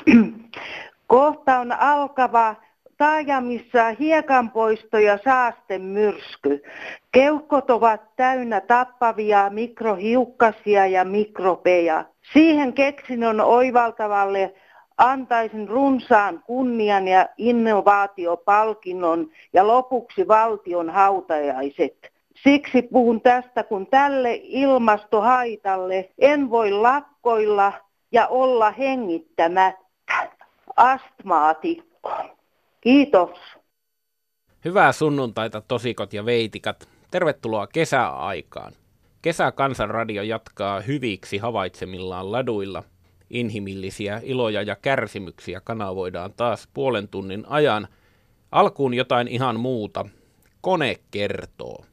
Kohta on alkava taajamissa hiekanpoisto- ja saastemyrsky. Keuhkot ovat täynnä tappavia mikrohiukkasia ja mikrobeja. Siihen keksinnön oivaltavalle antaisin runsaan kunnian ja innovaatiopalkinnon ja lopuksi valtion hautajaiset. Siksi puhun tästä, kun tälle ilmastohaitalle en voi lakkoilla ja olla hengittämättä. Astmaatikko. Kiitos. Hyvää sunnuntaita tosikot ja veitikat. Tervetuloa kesäaikaan. Kesäkansanradio jatkaa hyviksi havaitsemillaan laduilla. Inhimillisiä iloja ja kärsimyksiä kanavoidaan taas puolen tunnin ajan. Alkuun jotain ihan muuta. Kone kertoo.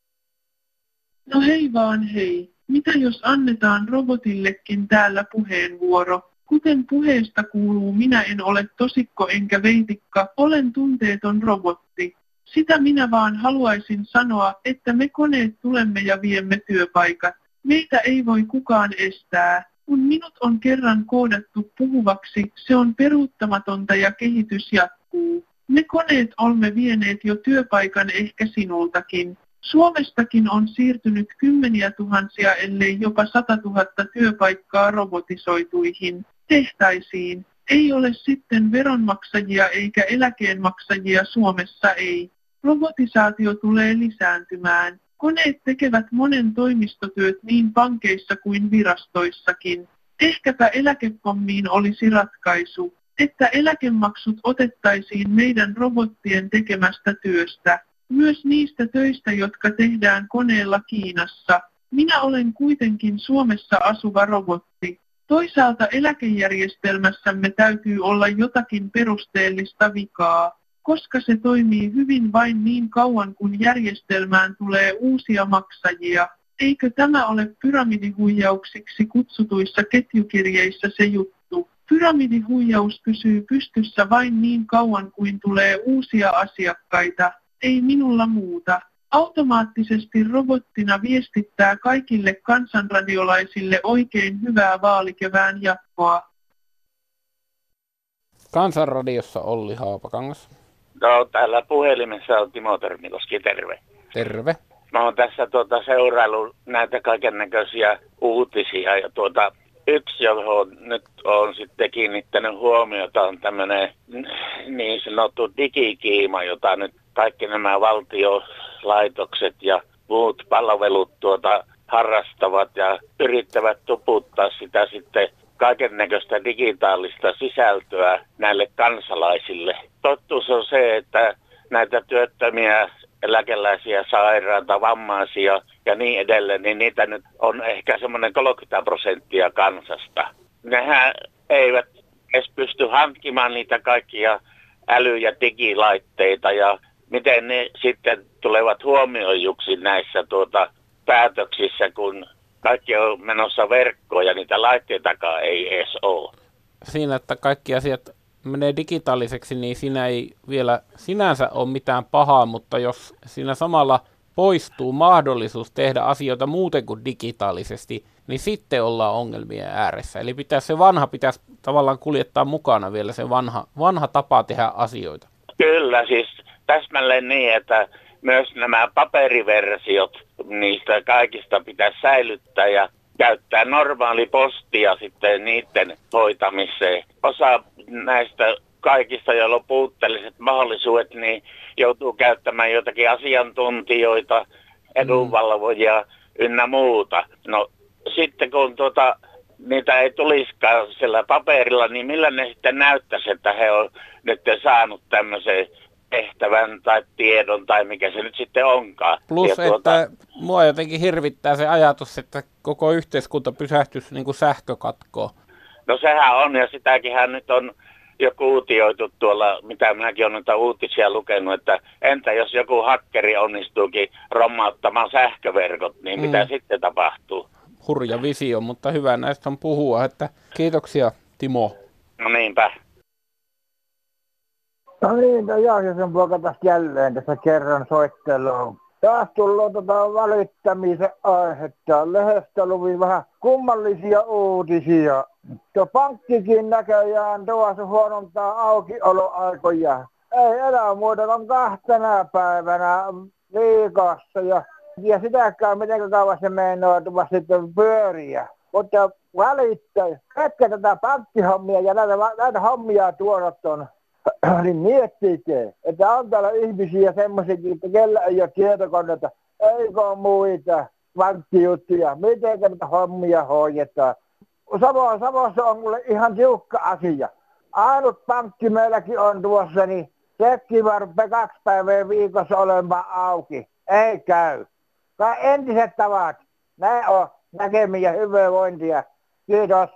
No hei vaan hei. Mitä jos annetaan robotillekin täällä puheenvuoro? Kuten puheesta kuuluu, minä en ole tosikko enkä veitikka, olen tunteeton robotti. Sitä minä vaan haluaisin sanoa, että me koneet tulemme ja viemme työpaikat. Meitä ei voi kukaan estää. Kun minut on kerran koodattu puhuvaksi, se on peruuttamatonta ja kehitys jatkuu. Me koneet olemme vieneet jo työpaikan ehkä sinultakin. Suomestakin on siirtynyt kymmeniä tuhansia, ellei jopa 100 000 työpaikkaa robotisoituihin tehtaisiin. Ei ole sitten veronmaksajia eikä eläkeenmaksajia Suomessa ei. Robotisaatio tulee lisääntymään. Koneet tekevät monen toimistotyöt niin pankeissa kuin virastoissakin. Ehkäpä eläkepommiin olisi ratkaisu, että eläkemaksut otettaisiin meidän robottien tekemästä työstä. Myös niistä töistä, jotka tehdään koneella Kiinassa. Minä olen kuitenkin Suomessa asuva robotti. Toisaalta eläkejärjestelmässämme täytyy olla jotakin perusteellista vikaa, koska se toimii hyvin vain niin kauan, kun järjestelmään tulee uusia maksajia. Eikö tämä ole pyramidihuijauksiksi kutsutuissa ketjukirjeissä se juttu? Pyramidihuijaus pysyy pystyssä vain niin kauan kuin tulee uusia asiakkaita. Ei minulla muuta. Automaattisesti robottina viestittää kaikille kansanradiolaisille oikein hyvää vaalikevään jatkoa. Kansanradiossa Olli Haapakangas. No, täällä puhelimessa on Timo Termiloski, terve. Terve. Mä oon tässä seuraillut näitä kaikennäköisiä uutisia ja yksi, johon nyt on sitten kiinnittänyt huomiota, on tämmöinen niin sanottu digikiima, jota nyt kaikki nämä valtiolaitokset ja muut palvelut harrastavat ja yrittävät tuputtaa sitä sitten kaikennäköistä digitaalista sisältöä näille kansalaisille. Totuus on se, että näitä työttömiä, eläkeläisiä, sairaita, vammaisia ja niin edelleen, niin niitä nyt on ehkä semmoinen 30% kansasta. Nehän eivät edes pysty hankkimaan niitä kaikkia äly- ja digilaitteita ja miten ne sitten tulevat huomioijuksi näissä päätöksissä, kun kaikki on menossa verkkoon ja niitä laitteitakaan ei edes ole. Siinä, että kaikki asiat menee digitaaliseksi, niin siinä ei vielä sinänsä ole mitään pahaa, mutta jos siinä samalla poistuu mahdollisuus tehdä asioita muuten kuin digitaalisesti, niin sitten ollaan ongelmien ääressä. Eli se vanha pitäisi tavallaan kuljettaa mukana vielä, se vanha tapa tehdä asioita. Kyllä, siis täsmälleen niin, että myös nämä paperiversiot niistä kaikista pitäisi säilyttää ja käyttää normaali postia sitten niiden hoitamiseen. Osa näistä kaikista, joilla on puutteelliset mahdollisuudet, niin joutuu käyttämään jotakin asiantuntijoita, edunvalvojia ynnä muuta. No sitten kun niitä ei tulisikaan sillä paperilla, niin millä ne sitten näyttäisi, että he on nyt saanut tämmöisen tehtävän tai tiedon tai mikä se nyt sitten onkaan. Plus, että mua jotenkin hirvittää se ajatus, että koko yhteiskunta pysähtyisi niin kuin sähkökatkoon. No sehän on, ja sitäkinhän nyt on jo kuutioitu tuolla, mitä minäkin olen noita uutisia lukenut, että entä jos joku hakkeri onnistuukin rommauttamaan sähköverkot, niin mitä sitten tapahtuu? Hurja visio, mutta hyvä näistä on puhua, että kiitoksia Timo. No niinpä. No niin, Jaakisen poika tästä jälleen tässä kerran soitteluun. Taas tullaan välittämisen aihetta. Lehdestä luin vähän kummallisia uutisia. Tuo pankkikin näköjään tuossa huonontaa aukioloaikoja. Ei enää muuta kuin 2 päivänä viikossa ja sitäkään miten kauan se meinaa tuossa sitten pyöriä. Mutta välittää, etkä tätä pankkihommia ja näitä hommia tuonut on, niin miettikää, että on täällä ihmisiä semmoisiakin, että kellä ei ole tietokoneita, eikö ole muita pankkijuttuja, miten näitä hommia hoidetaan. Savossa on mulle ihan tiukka asia. Ainut pankki meilläkin on tuossa, niin sekin varmaan 2 päivää viikossa olemaan auki. Ei käy. Kai entiset tavat. Näin on näkemiä hyvinvointia. Kiitos.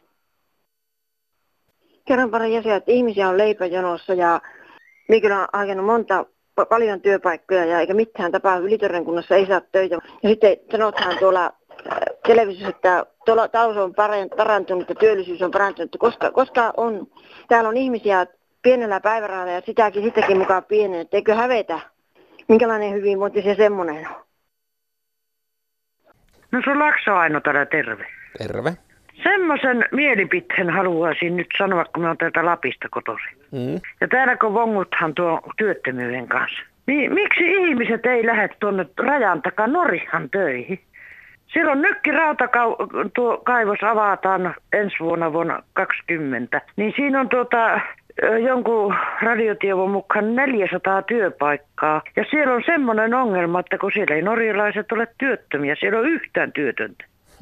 Kerron pari asiaa, että ihmisiä on leipäjonossa ja minä olen hakenut paljon työpaikkoja ja eikä mitään tapaa Ylitornin kunnassa ei saa töitä. Ja sitten sanotaan tuolla televisiossa, että talous on parantunut ja työllisyys on parantunut, koska täällä on ihmisiä pienellä päivärahalla ja sitäkin mukaan pienen, että eikö hävetä, minkälainen hyvinvointi se semmoinen on. No se on Lakso Aino täällä, terve. Terve. Semmoisen mielipiteen haluaisin nyt sanoa, kun me on täältä Lapista kotoisin. Ja täällä kun vonguthan tuo työttömyyden kanssa. Niin miksi ihmiset ei lähde tuonne rajan takaa Norjahan töihin? Siellä on tuo kaivos avataan ensi vuonna 2020. Niin siinä on jonkun radiotiedon mukaan 400 työpaikkaa. Ja siellä on semmoinen ongelma, että kun siellä ei norjalaiset ole työttömiä, siellä on yhtään työtöntä.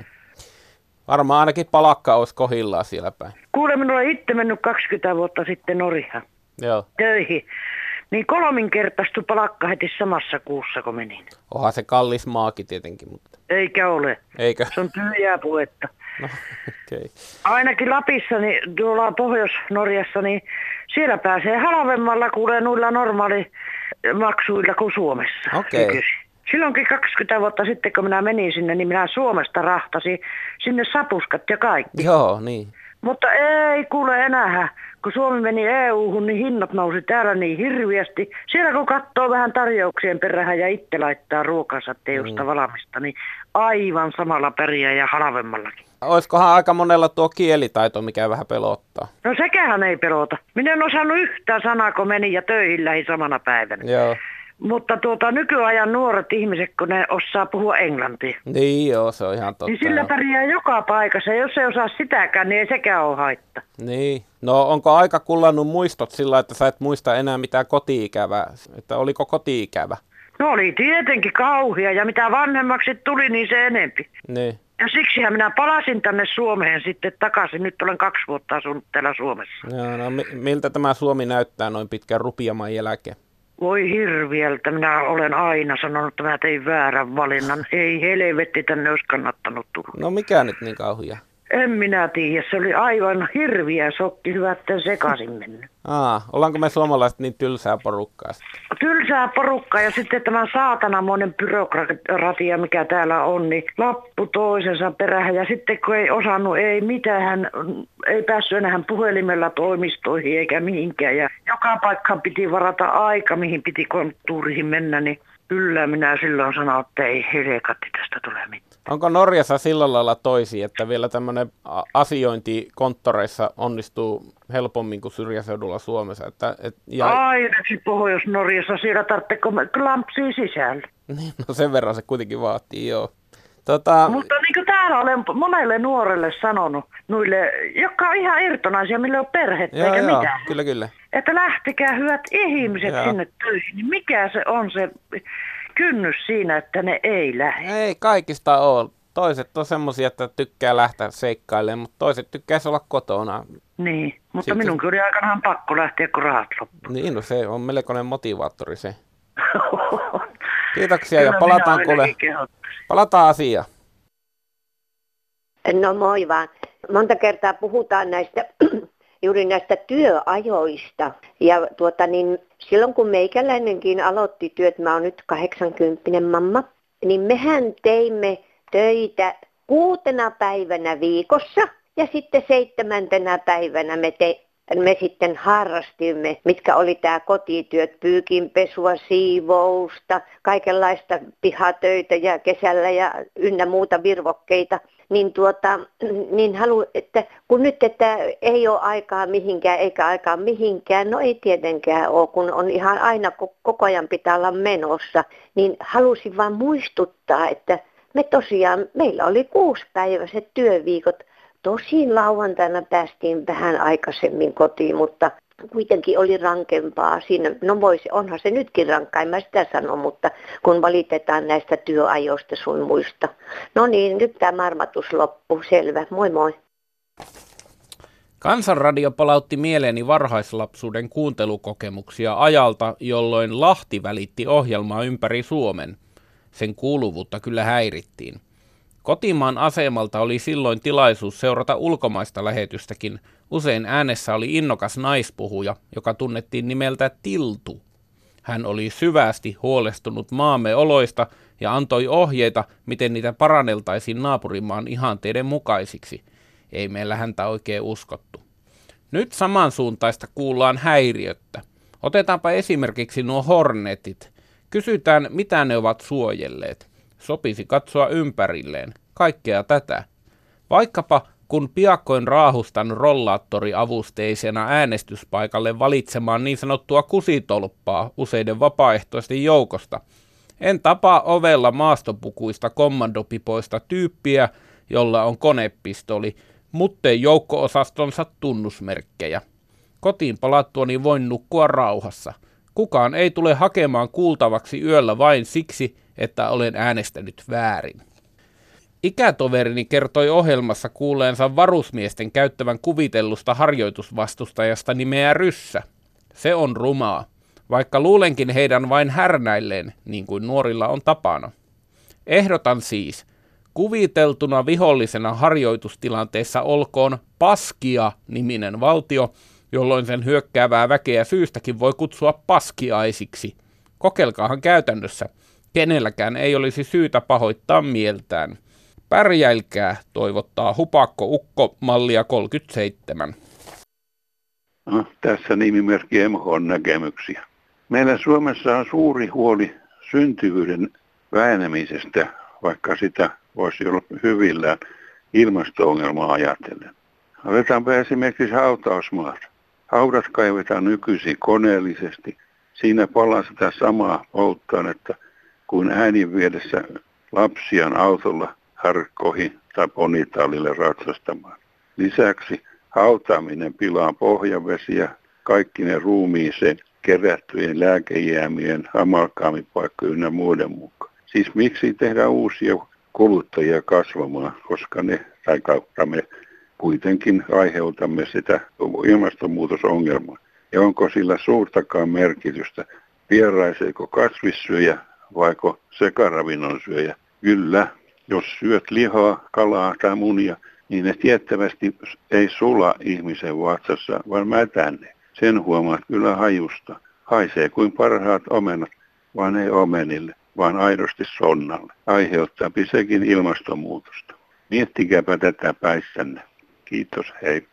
Varmaan ainakin palakka olisi kohillaan siellä päin. Kuule, minulla on itse mennyt 20 vuotta sitten Norjaan töihin. Niin 3-kertaistui palakka heti samassa kuussa, kun menin. Onhan se kallis maakin tietenkin, mutta... Eikä ole. Eikö? Se on tyhjää puhetta. No, okay. Ainakin Lapissa, niin tuolla Pohjois-Norjassa, niin siellä pääsee halvemmalla kuulee noilla normaalimaksuilla kuin Suomessa. Okei. Okay. Silloinkin 20 vuotta sitten, kun minä menin sinne, niin minä Suomesta rahtasin sinne sapuskat ja kaikki. Joo, niin. Mutta ei kuule enää, kun Suomi meni EU-hun, niin hinnat nousi täällä niin hirviästi. Siellä kun katsoo vähän tarjouksien perään ja itse laittaa ruokansa teosta valmista, niin aivan samalla pärjää ja halvemmallakin. Olisikohan aika monella tuo kielitaito, mikä vähän pelottaa? No sekähän ei pelota. Minä en osannut yhtään sanaa, kun menin ja töihin lähi samana päivänä. Joo. Mutta nykyajan nuoret ihmiset, kun ne osaa puhua englantia. Niin joo, se on ihan totta. Niin sillä pärjää joka paikassa. Jos ei osaa sitäkään, niin ei sekään ole haitta. Niin. No onko aika kullannut muistot sillä, että sä et muista enää mitään koti-ikävää? Että oliko koti-ikävä? No oli tietenkin kauhia ja mitä vanhemmaksi tuli, niin se enempi. Niin. Ja siksihän minä palasin tänne Suomeen sitten takaisin. Nyt olen 2 vuotta asunut täällä Suomessa. Joo, no miltä tämä Suomi näyttää noin pitkän rupiaman jälkeen? Voi hirviältä. Minä olen aina sanonut, että mä tein väärän valinnan. Ei helvetti, tänne olisi kannattanut tulla. No mikä nyt niin kauhia? En minä tiedä. Se oli aivan hirviä shokki. Hyvä, että sekaisin mennyt. Ollaanko me suomalaiset niin tylsää porukkaa sitten? Tylsää porukkaa ja sitten tämä saatanamoinen byrokratia, mikä täällä on, niin lappu toisensa perään. Ja sitten kun ei osannut, ei mitään, ei päässyt enää puhelimella toimistoihin eikä mihinkään. Ja joka paikkaan piti varata aika, mihin piti konttuuriin mennä, niin kyllä minä silloin sanoin, että ei helekatti tästä tule mitään. Onko Norjassa sillä lailla toisia, että vielä tämmöinen asiointi konttoreissa onnistuu helpommin kuin syrjäseudulla Suomessa? Ainakin Pohjois-Norjassa siellä tarvitsee klampsia sisällä. Niin, no sen verran se kuitenkin vaatii, joo. Mutta niin kuin täällä olen monelle nuorelle sanonut, noille, jotka on ihan irtonaisia, millä on perhettä eikä mitään. Kyllä. Että lähtekää hyvät ihmiset sinne töihin, niin mikä se on se kynnys siinä, että ne ei lähde? Ei kaikista ole. Toiset on semmoisia, että tykkää lähteä seikkailemaan, mutta toiset tykkäisi olla kotona. Niin, mutta minunkin oli aikanaan pakko lähteä, kun rahat loppuivat. Niin, no se on melkoinen motivaattori se. Kiitoksia ja palataan asiaan. No moi vaan. Monta kertaa puhutaan juuri näistä työajoista. Ja silloin kun meikäläinenkin aloitti työt, mä oon nyt 80 mamma, niin mehän teimme töitä 6 päivänä viikossa ja sitten 7. päivänä me sitten harrastimme, mitkä oli tämä kotityöt, pyykinpesua, siivousta, kaikenlaista pihatöitä ja kesällä ja ynnä muuta virvokkeita. niin että kun nyt, että ei ole aikaa mihinkään eikä aikaa mihinkään, no ei tietenkään ole, kun on ihan aina koko ajan pitää olla menossa, niin halusin vaan muistuttaa, että meillä oli 6-päiväiset työviikot. Tosin lauantaina päästiin vähän aikaisemmin kotiin, mutta kuitenkin oli rankempaa siinä. No onhan se nytkin rankkaa, en mä sitä sano, mutta kun valitetaan näistä työajoista sun muista. No niin, nyt tämä marmatus loppuu, selvä. Moi moi. Kansanradio palautti mieleeni varhaislapsuuden kuuntelukokemuksia ajalta, jolloin Lahti välitti ohjelmaa ympäri Suomen. Sen kuuluvuutta kyllä häirittiin. Kotimaan asemalta oli silloin tilaisuus seurata ulkomaista lähetystäkin. Usein äänessä oli innokas naispuhuja, joka tunnettiin nimeltä Tiltu. Hän oli syvästi huolestunut maamme oloista ja antoi ohjeita, miten niitä paranneltaisiin naapurimaan ihanteiden mukaisiksi. Ei meillä häntä oikein uskottu. Nyt samansuuntaista kuullaan häiriöttä. Otetaanpa esimerkiksi nuo Hornetit. Kysytään, mitä ne ovat suojelleet. Sopisi katsoa ympärilleen. Kaikkea tätä. Vaikkapa kun piakkoin raahustan rollaattoriavusteisena äänestyspaikalle valitsemaan niin sanottua kusitolppaa useiden vapaaehtoisten joukosta. En tapaa ovella maastopukuista kommandopipoista tyyppiä, jolla on konepistoli, muttei joukko-osastonsa tunnusmerkkejä. Kotiin palattuani voin nukkua rauhassa. Kukaan ei tule hakemaan kuultavaksi yöllä vain siksi, että olen äänestänyt väärin. Ikätoverini kertoi ohjelmassa kuulleensa varusmiesten käyttävän kuvitellusta harjoitusvastustajasta nimeä Ryssä. Se on rumaa, vaikka luulenkin heidän vain härnäilleen, niin kuin nuorilla on tapana. Ehdotan siis, kuviteltuna vihollisena harjoitustilanteessa olkoon Paskia-niminen valtio, jolloin sen hyökkäävää väkeä syystäkin voi kutsua paskiaisiksi. Kokeilkaahan käytännössä. Kenelläkään ei olisi syytä pahoittaa mieltään. Pärjäilkää, toivottaa Hupakko Ukko mallia 37. No, tässä nimimerkki MH-näkemyksiä. Meillä Suomessa on suuri huoli syntyvyyden vähenemisestä, vaikka sitä voisi olla hyvillään ilmasto-ongelmaa ajatellen. Otetaanpa esimerkiksi hautausmaat. Haudat kaivetaan nykyisin koneellisesti. Siinä palaa sitä samaa polttoainetta kuin äidin viedessä lapsiaan autolla harkkoihin tai ponitaalille ratsastamaan. Lisäksi hautaaminen pilaa pohjavesiä kaikki ne ruumiiseen kerättyjen lääkejäämien, amalgaamipaikkojen ynnä muiden mukaan. Siis miksi tehdään uusia kuluttajia kasvamaan, koska me kuitenkin aiheutamme sitä ilmastonmuutosongelmaa. Ja onko sillä suurtakaan merkitystä, vieraiseeko kasvissyöjä vaiko sekaravinnon syöjä? Kyllä, jos syöt lihaa, kalaa tai munia, niin ne tiettävästi ei sula ihmisen vatsassa, vaan mätänne. Sen huomaat kyllä hajusta. Haisee kuin parhaat omenat, vaan ei omenille, vaan aidosti sonnalle. Aiheuttaa sekin ilmastonmuutosta. Miettikääpä tätä päissänne. Kiitos, hei.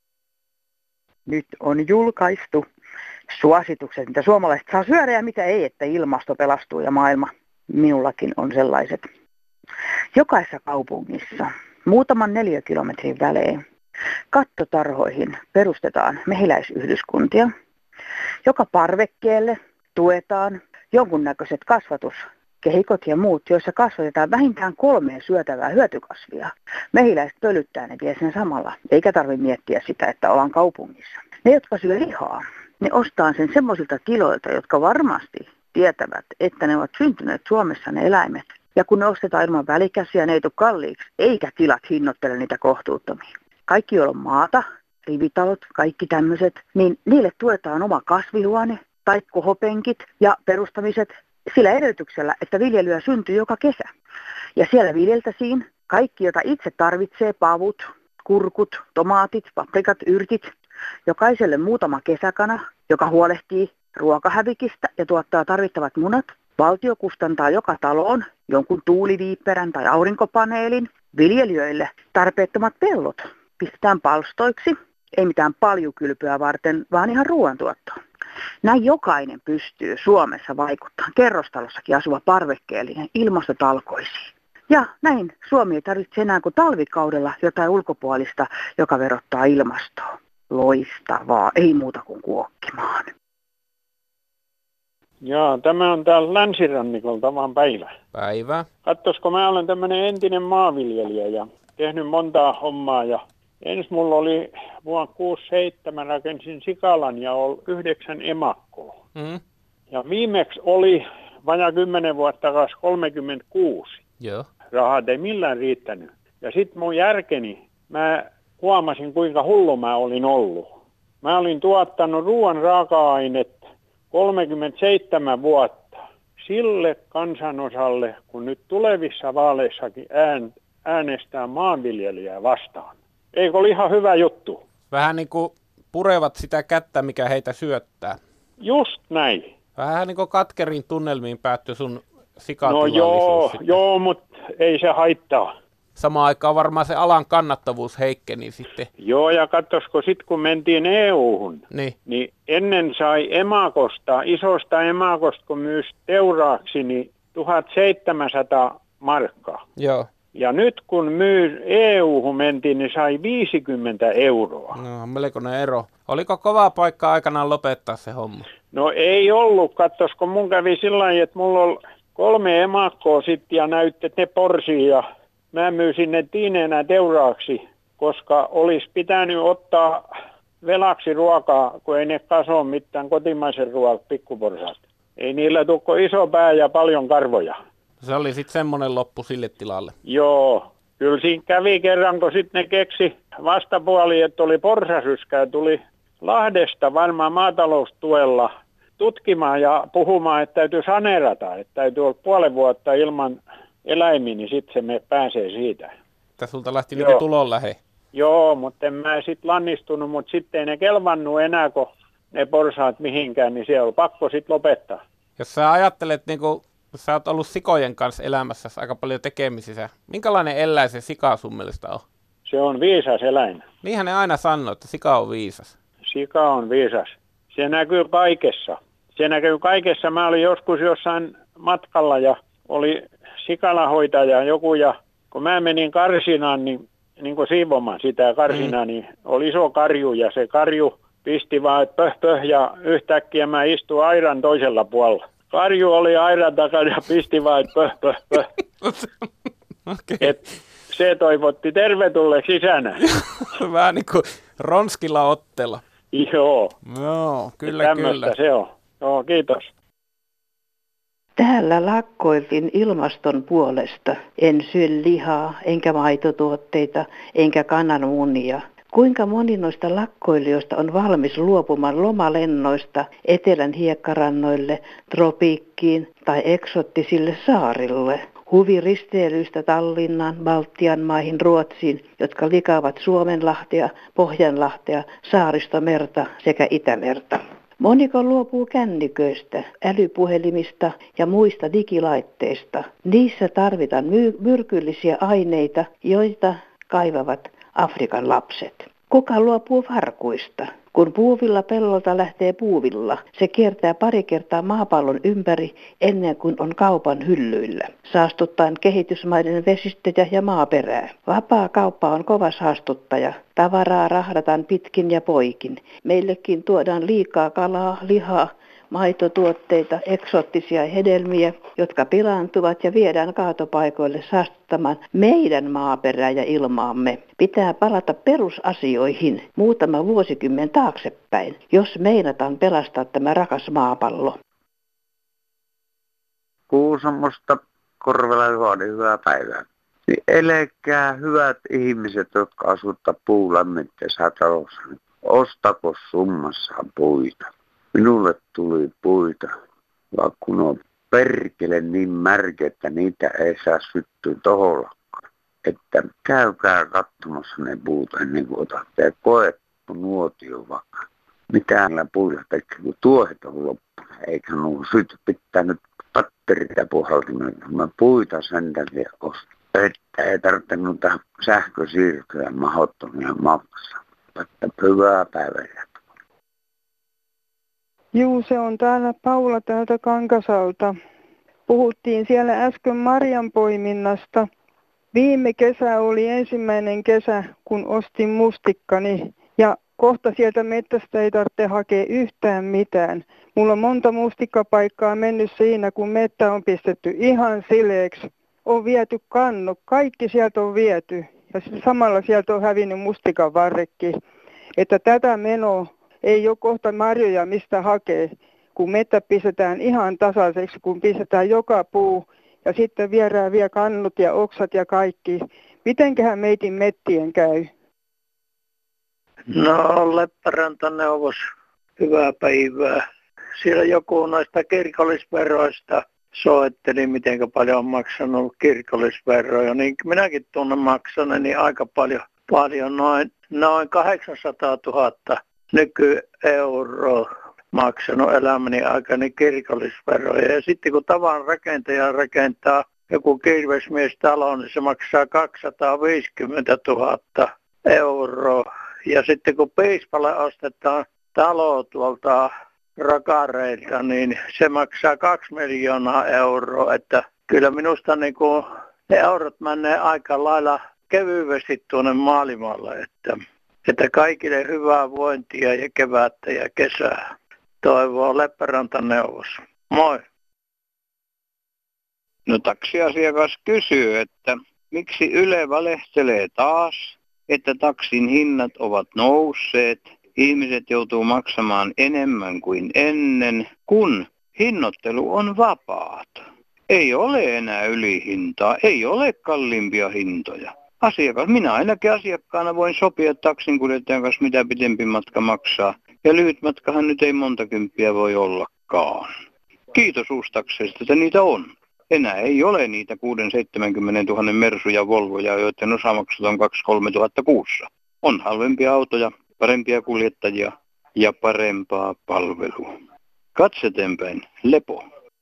Nyt on julkaistu suositukset, mitä suomalaiset saa syödä ja mitä ei, että ilmasto pelastuu ja maailma. Minullakin on sellaiset. Jokaisessa kaupungissa muutaman 4 kilometrin välein kattotarhoihin perustetaan mehiläisyhdyskuntia. Joka parvekkeelle tuetaan jonkunnäköiset kasvatuskehikot ja muut, joissa kasvatetaan vähintään 3 syötävää hyötykasvia. Mehiläiset pölyttää ne vie sen samalla, eikä tarvitse miettiä sitä, että ollaan kaupungissa. Ne, jotka syö lihaa, ne ostaa sen semmoisilta tiloilta, jotka varmasti tietävät, että ne ovat syntyneet Suomessa ne eläimet. Ja kun ne ostetaan ilman välikäsiä, ne ei tule kalliiksi, eikä tilat hinnoittele niitä kohtuuttomia. Kaikki, joilla on maata, rivitalot, kaikki tämmöiset, niin niille tuetaan oma kasvihuone tai kohopenkit ja perustamiset sillä edellytyksellä, että viljelyä syntyy joka kesä. Ja siellä viljeltäisiin kaikki, jota itse tarvitsee, pavut, kurkut, tomaatit, paprikat, yrtit, jokaiselle muutama kesäkana, joka huolehtii ruokahävikistä ja tuottaa tarvittavat munat. Valtio kustantaa joka taloon jonkun tuuliviipperän tai aurinkopaneelin. Viljelijöille tarpeettomat pellot pistetään palstoiksi, ei mitään paljukylpyä varten, vaan ihan ruoantuottoon. Näin jokainen pystyy Suomessa vaikuttamaan kerrostalossakin asuva parvekkeellinen ilmastotalkoisiin. Ja näin Suomi ei tarvitse enää kuin talvikaudella jotain ulkopuolista, joka verottaa ilmastoa. Loistavaa, ei muuta kuin kuokkimaan. Jaa, tämä on täällä länsirannikolta vaan Päivä. Päivä. Katsosko, mä olen tämmöinen entinen maanviljelijä ja tehnyt montaa hommaa. Ja ensin mulla oli vuonna 67 rakensin sikalan ja oli 9 emakkoa. Ja viimeksi oli vajaa 10 vuotta takaisin 36. Joo. Rahat ei millään riittänyt. Ja sitten mun järkeni, mä huomasin kuinka hullu mä olin ollut. Mä olin tuottanut ruoan raaka-ainet 37 vuotta sille kansanosalle, kun nyt tulevissa vaaleissakin äänestää maanviljelijää vastaan. Eikö ole ihan hyvä juttu? Vähän niin kuin purevat sitä kättä, mikä heitä syöttää. Just näin. Vähän niin kuin katkerin tunnelmiin päättyi sun No sikatulallisuus. joo, mutta ei se haittaa. Samaan aikaan varmaan se alan kannattavuus heikkeni sitten. Joo, ja katsosko sitten kun mentiin EU-hun, niin ennen sai emakosta, isosta emakosta kun myys teuraaksi, niin 1700 markkaa. Joo. Ja nyt kun EU-hun mentiin, niin sai 50 euroa. No, melkoinen ero. Oliko kova paikka aikanaan lopettaa se homma? No ei ollut, katsosko mun kävi sillä lailla, että mulla oli 3 emakkoa sitten ja näytti, että ne porsii ja mä myysin ne tiineenä teuraaksi, koska olisi pitänyt ottaa velaksi ruokaa, kun ei ne kasva mitään kotimaisen ruoan pikkuporsaat. Ei niillä tukko iso pää ja paljon karvoja. Se oli sitten semmoinen loppu sille tilalle. Joo, kyllä siinä kävi kerran, kun sitten ne keksi vastapuoli, että oli porsasyskä ja tuli Lahdesta varmaan maataloustuella tutkimaan ja puhumaan, että täytyy saneerata, että täytyy olla puolen vuotta ilman eläimiä, niin sitten se me pääsee siitä. Että sulta lähti niinku tulon lähe. Joo, mutta en mä sitten lannistunut, mutta sitten ei ne kelvannut enää, kun ne porsaat mihinkään, niin siellä on pakko sitten lopettaa. Jos sä ajattelet, niinku, sä oot ollut sikojen kanssa elämässä aika paljon tekemisissä, minkälainen eläin se sika sun mielestä on? Se on viisas eläin. Niinhän ne aina sanoo, että sika on viisas. Sika on viisas. Se näkyy kaikessa. Se näkyy kaikessa. Mä olin joskus jossain matkalla ja oli sikalahoitaja joku ja kun mä menin karsinaan, niin kuin siivomaan sitä karsinaa, niin oli iso karju ja se karju pisti vaan, että pöh ja yhtäkkiä mä istuin aidan toisella puolella. Karju oli aidan takana ja pisti vaan, että pöh. Okay. Et se toivotti tervetulle sisänä. Vähän niin kuin ronskilla ottella. Joo. Joo, kyllä. Se on. Joo, kiitos. Täällä lakkoiltiin ilmaston puolesta. En syö lihaa, enkä maitotuotteita, enkä kananmunia. Kuinka moni noista lakkoilijoista on valmis luopumaan lomalennoista etelän hiekkarannoille, tropiikkiin tai eksottisille saarille? Huviristeilyistä Tallinnaan, Baltian maihin, Ruotsiin, jotka likaavat Suomenlahtea, Pohjanlahtea, Saaristomerta sekä Itämerta. Moniko luopuu kännyköistä, älypuhelimista ja muista digilaitteista. Niissä tarvitaan myrkyllisiä aineita, joita kaivavat Afrikan lapset. Kuka luopuu farkuista? Kun puuvilla pellolta lähtee puuvilla, se kiertää pari kertaa maapallon ympäri ennen kuin on kaupan hyllyillä, saastuttaen kehitysmaiden vesistöjä ja maaperää. Vapaa kauppa on kova saastuttaja. Tavaraa rahdataan pitkin ja poikin. Meillekin tuodaan liikaa kalaa, lihaa, maitotuotteita, eksoottisia hedelmiä, jotka pilaantuvat ja viedään kaatopaikoille saastuttamaan meidän maaperää ja ilmaamme. Pitää palata perusasioihin muutama vuosikymmen taaksepäin, jos meinataan pelastaa tämä rakas maapallo. Kuusamosta Korvela hyvää päivää. Niin eläkää hyvät ihmiset, jotka asuttaa puulämmitteisessä talossa. Ostako summassaan puita? Minulle tuli puita, vaan kun on perkele niin märkä, että niitä ei saa syttyä tohollakaan. Että käykää katsomassa ne puut ennen kuin otatte ja koettu nuotio vaikka. Mitä näillä puilla tekee, kun tuohet on loppuna, eikä nuo syty. Pitää nyt patterita puhaltimella. Puita sen takia ostaa. Että ei tarvitse noita sähkösiirtoja mahdottomia maksaa. Että hyvää päivää. Juu, se on täällä Paula täältä Kangasalta. Puhuttiin siellä äsken marjanpoiminnasta Viime kesä oli ensimmäinen kesä, kun ostin mustikkani ja kohta sieltä metsästä ei tarvitse hakea yhtään mitään. Mulla on monta mustikkapaikkaa mennyt siinä, kun mettä on pistetty ihan sileeksi. On viety kannot, kaikki sieltä on viety ja samalla sieltä on hävinnyt mustikan varrekki. Että tätä menoa ei ole kohta marjoja mistä hakee, kun mettä pistetään ihan tasaiseksi, kun pistetään joka puu ja sitten viedään vielä kannut ja oksat ja kaikki. Mitenköhän meitin mettien käy? No, Leppärantaneuvos, hyvää päivää. Siellä joku noista kirkollisveroista soitteli, miten paljon on maksanut kirkollisveroja. Niin minäkin tunnen maksaneeni aika paljon noin 800 000 nykyeuroa maksanut elämäni aikani kirkollisveroja. Ja sitten kun tavan rakentaja rakentaa joku kirvesmiestalo, niin se maksaa 250 000 euroa. Ja sitten kun piispalle ostetaan talo tuolta rakareilta, niin se maksaa 2 miljoonaa euroa. Että kyllä minusta niin kuin ne eurot menee aika lailla kevyesti tuonne maailmalle. Että kaikille hyvää vointia ja kevättä ja kesää. Toivoo Leppärantaneuvos. Moi. No taksiasiakas kysyy, että miksi Yle valehtelee taas, että taksin hinnat ovat nousseet, ihmiset joutuu maksamaan enemmän kuin ennen, kun hinnoittelu on vapaata. Ei ole enää ylihintaa, ei ole kalliimpia hintoja. Minä ainakin asiakkaana voin sopia taksinkuljettajan kanssa, mitä pitempi matka maksaa. Ja lyhyt matkahan nyt ei monta kymppiä voi ollakaan. Kiitos uustakseista, että niitä on. Enää ei ole niitä 6-70 000 Mersuja, Volvoja, joiden osamaksut on 2-3 tuhatta kuussa. On halvempia autoja, parempia kuljettajia ja parempaa palvelua. Katse eteenpäin, Lepo.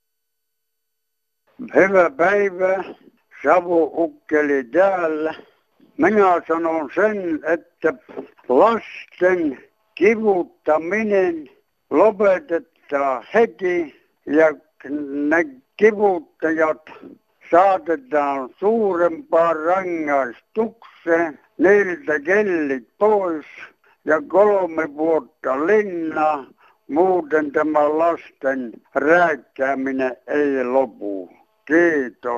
Hyvää päivää. Savu-ukkeli täällä. Minä sanon sen, että lasten kivuttaminen lopetetaan heti ja ne kivuttajat saatetaan suurempaan rangaistukseen, niiltä kellit pois ja 3 vuotta linnaa, muuten tämä lasten rääkkääminen ei lopu. Kiitos.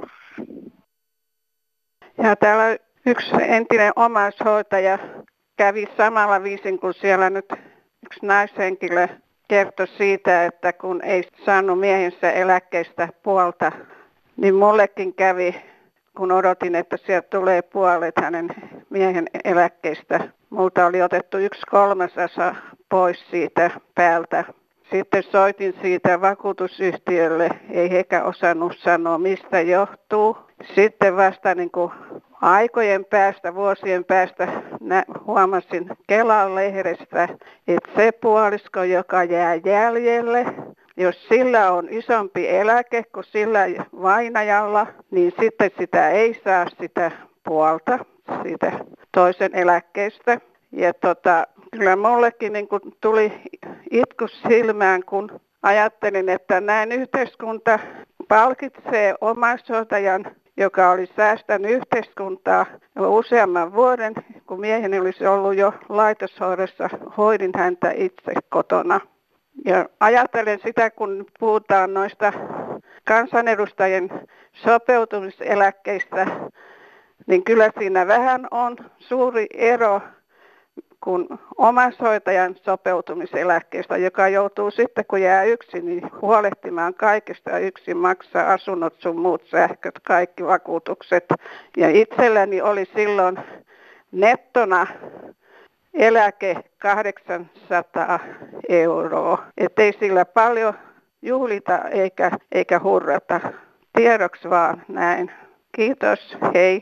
Ja täällä yksi entinen omaishoitaja kävi samalla viisin kuin siellä nyt yksi naishenkilö kertoi siitä, että kun ei saanut miehensä eläkkeistä puolta, niin mullekin kävi, kun odotin, että sieltä tulee puolet hänen miehen eläkkeistä. Multa oli otettu 1/3 pois siitä päältä. Sitten soitin siitä vakuutusyhtiölle, ei hekä osannut sanoa mistä johtuu. Sitten vasta niin kuin aikojen päästä, vuosien päästä huomasin Kelan lehdestä, että se puolisko, joka jää jäljelle, jos sillä on isompi eläke kuin sillä vainajalla, niin sitten sitä ei saa sitä puolta siitä toisen eläkkeestä. Ja kyllä mullekin niin kuin tuli itku silmään, kun ajattelin, että näin yhteiskunta palkitsee omaishoitajan, joka oli säästänyt yhteiskuntaa useamman vuoden, kun mieheni olisi ollut jo laitoshoidossa, hoidin häntä itse kotona. Ja ajattelen sitä, kun puhutaan noista kansanedustajien sopeutumiseläkkeistä, niin kyllä siinä vähän on suuri ero kun omaishoitajan sopeutumiseläkkeestä, joka joutuu sitten, kun jää yksin, niin huolehtimaan kaikesta yksin, maksaa asunnot sun muut sähköt, kaikki vakuutukset. Ja itselläni oli silloin nettona eläke 800 €. Ettei sillä paljon juhlita eikä hurrata. Tiedoksi vaan näin. Kiitos, hei.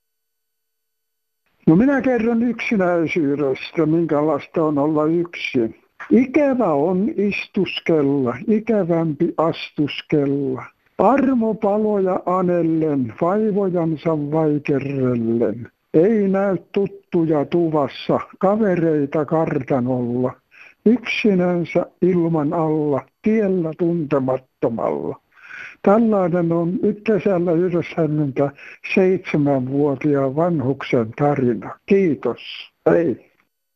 No minä kerron yksinäisyydestä, minkälaista on olla yksin. Ikävä on istuskella, ikävämpi astuskella. Armopaloja anellen, vaivojansa vaikerrellen. Ei näy tuttuja tuvassa, kavereita kartanolla. Yksinänsä ilman alla, tiellä tuntemattomalla. Tällainen on nyt kesällä yhdessä 7-vuotiaan vanhuksen tarina. Kiitos. Hei.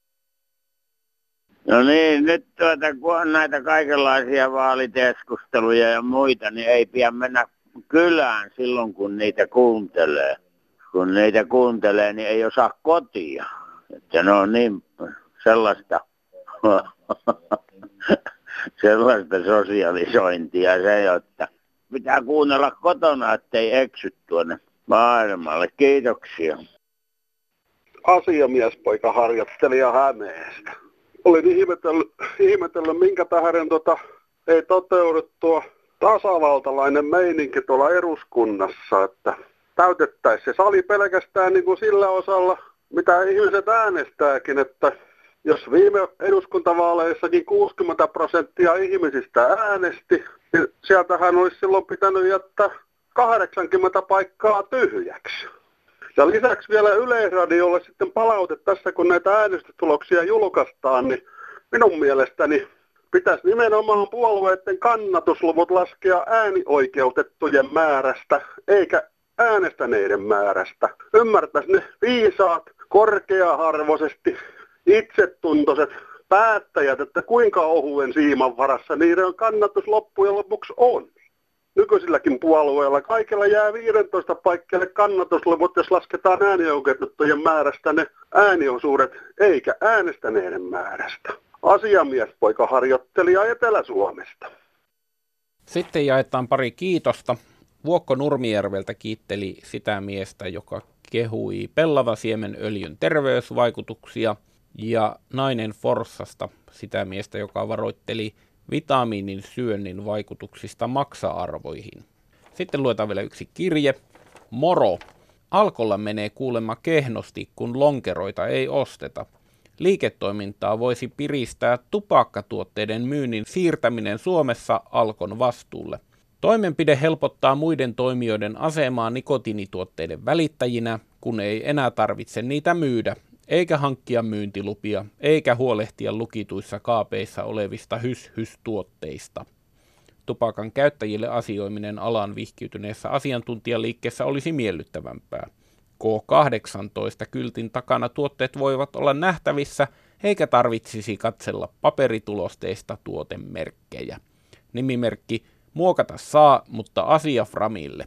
No niin, nyt kun on näitä kaikenlaisia vaalikeskusteluja ja muita, niin ei pian mennä kylään silloin, kun niitä kuuntelee. Kun niitä kuuntelee, niin ei osaa kotia. Että ne on niin sellaista sosialisointia se, että pitää kuunnella kotona, ettei eksy tuonne maailmalle. Kiitoksia. Asiamiespoika-harjoittelija Hämeestä. Olin ihmetellyt minkä tähden ei toteudu tuo tasavaltalainen meininki tuolla eduskunnassa, että täytettäisiin se sali pelkästään niin kuin sillä osalla, mitä ihmiset äänestääkin, että jos viime eduskuntavaaleissakin 60% ihmisistä äänesti, niin sieltähän olisi silloin pitänyt jättää 80 paikkaa tyhjäksi. Ja lisäksi vielä Yleisradiolle sitten palaute tässä, kun näitä äänestystuloksia julkaistaan, niin minun mielestäni pitäisi nimenomaan puolueiden kannatusluvut laskea äänioikeutettujen määrästä, eikä äänestäneiden määrästä. Ymmärtäisi ne viisaat, korkeaharvoisesti itsetuntoiset päättäjät, että kuinka ohuen siiman varassa niiden kannatus loppujen lopuksi on. Nykyisilläkin puolueilla kaikilla jää 15 paikkeille kannatusluvut, jos lasketaan äänioikeutettujen määrästä ne ääniosuudet, eikä äänestäneiden määrästä. Asiamiespoika-harjoittelija Etelä-Suomesta. Sitten jaetaan pari kiitosta. Vuokko Nurmijärveltä kiitteli sitä miestä, joka kehui pellavasiemenöljyn terveysvaikutuksia, ja Nainen Forssasta sitä miestä, joka varoitteli vitamiinin syönnin vaikutuksista maksa-arvoihin. Sitten luetaan vielä yksi kirje. Moro. Alkolla menee kuulemma kehnosti, kun lonkeroita ei osteta. Liiketoimintaa voisi piristää tupakkatuotteiden myynnin siirtäminen Suomessa Alkon vastuulle. Toimenpide helpottaa muiden toimijoiden asemaa nikotiinituotteiden välittäjinä, kun ei enää tarvitse niitä myydä, eikä hankkia myyntilupia, eikä huolehtia lukituissa kaapeissa olevista hys-hys-tuotteista. Tupakan käyttäjille asioiminen alan vihkiytyneessä asiantuntijaliikkeessä olisi miellyttävämpää. K18-kyltin takana tuotteet voivat olla nähtävissä, eikä tarvitsisi katsella paperitulosteista tuotemerkkejä. Nimimerkki muokata saa, mutta asia Framille.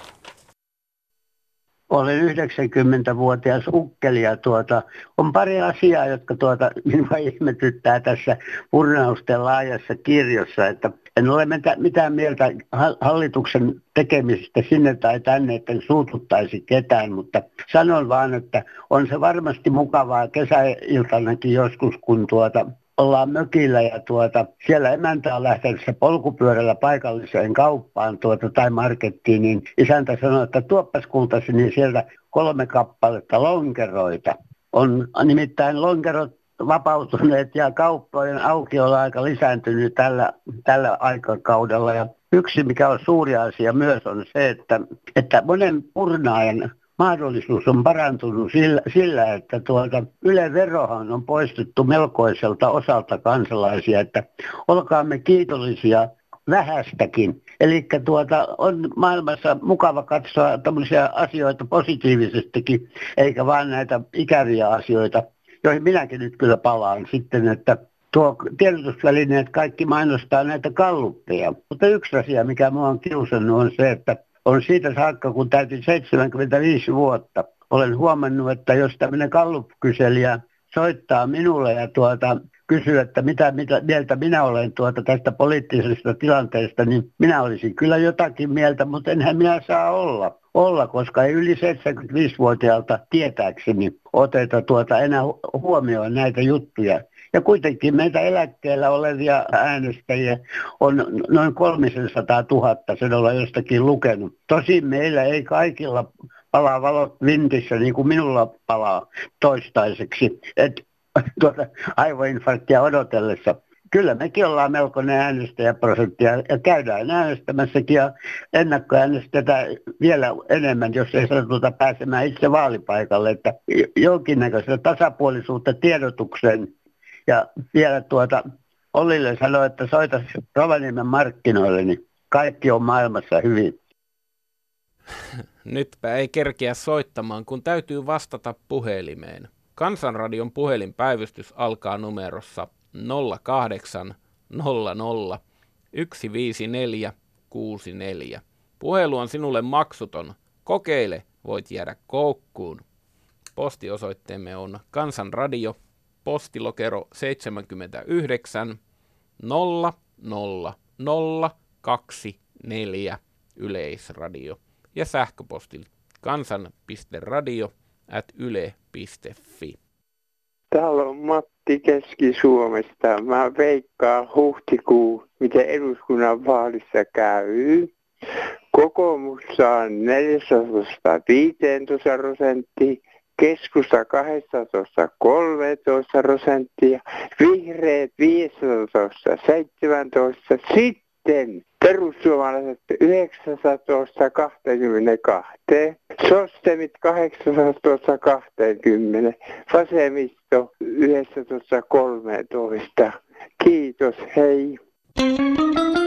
Olen 90-vuotias ukkeli ja on pari asiaa, jotka minua ihmetyttää tässä Purnausten laajassa kirjossa, että en ole mitään mieltä hallituksen tekemisistä sinne tai tänne, että suututtaisi ketään, mutta sanon vaan, että on se varmasti mukavaa kesäiltanakin joskus, kun ollaan mökillä ja siellä emäntä on lähtenyt polkupyörällä paikalliseen kauppaan tai markettiin, niin isäntä sanoi, että tuoppas kultasi, niin sieltä 3 kappaletta lonkeroita. On nimittäin lonkerot vapautuneet ja kauppojen aukioloaika lisääntynyt tällä aikakaudella. Ja yksi, mikä on suuri asia myös, on se, että monen purnaajan mahdollisuus on parantunut sillä että Yle-verohan on poistettu melkoiselta osalta kansalaisia, että olkaamme kiitollisia vähästäkin. Eli on maailmassa mukava katsoa tämmöisiä asioita positiivisestikin, eikä vaan näitä ikäviä asioita, joihin minäkin nyt kyllä palaan sitten, että tuo tiedotusvälineet kaikki mainostaa näitä galluppeja. Mutta yksi asia, mikä minua on kiusannut, on se, että on siitä saakka, kun täytin 75 vuotta. Olen huomannut, että jos tämmöinen gallup-kyselijä soittaa minulle ja kysyy, että mitä mieltä minä olen tästä poliittisesta tilanteesta, niin minä olisin kyllä jotakin mieltä, mutta enhän minä saa olla, koska ei yli 75-vuotiaalta tietääkseni oteta enää huomioon näitä juttuja. Ja kuitenkin meitä eläkkeellä olevia äänestäjiä on noin 300 000, sen ollaan jostakin lukenut. Tosin meillä ei kaikilla palaa valot vintissä niin kuin minulla palaa toistaiseksi, että aivoinfarktia odotellessa. Kyllä mekin ollaan melkoinen äänestäjäprosentti ja käydään äänestämässäkin ja ennakkoäänestetään vielä enemmän, jos ei satuta pääsemään itse vaalipaikalle, että jonkinnäköistä tasapuolisuutta tiedotukseen. Ja vielä Ollille sanoi, että soita Rovaniemen markkinoille, niin kaikki on maailmassa hyvin. Nytpä ei kerkeä soittamaan, kun täytyy vastata puhelimeen. Kansanradion puhelinpäivystys alkaa numerossa 0800 154 64. Puhelu on sinulle maksuton. Kokeile, voit jäädä koukkuun. Postiosoitteemme on Kansanradio, postilokero 79 00024 Yleisradio ja sähköposti kansan.radio@yle.fi. Täällä on Matti Keski-Suomesta. Mä veikkaan huhtikuu, miten eduskunnan vaalissa käy. Kokoomus saa 14-15%, keskusta 12-13%, vihreät 15-17%, sitten perussuomalaiset 19-22%, sostemit 18-20%, vasemmisto 19-13%. Kiitos, hei!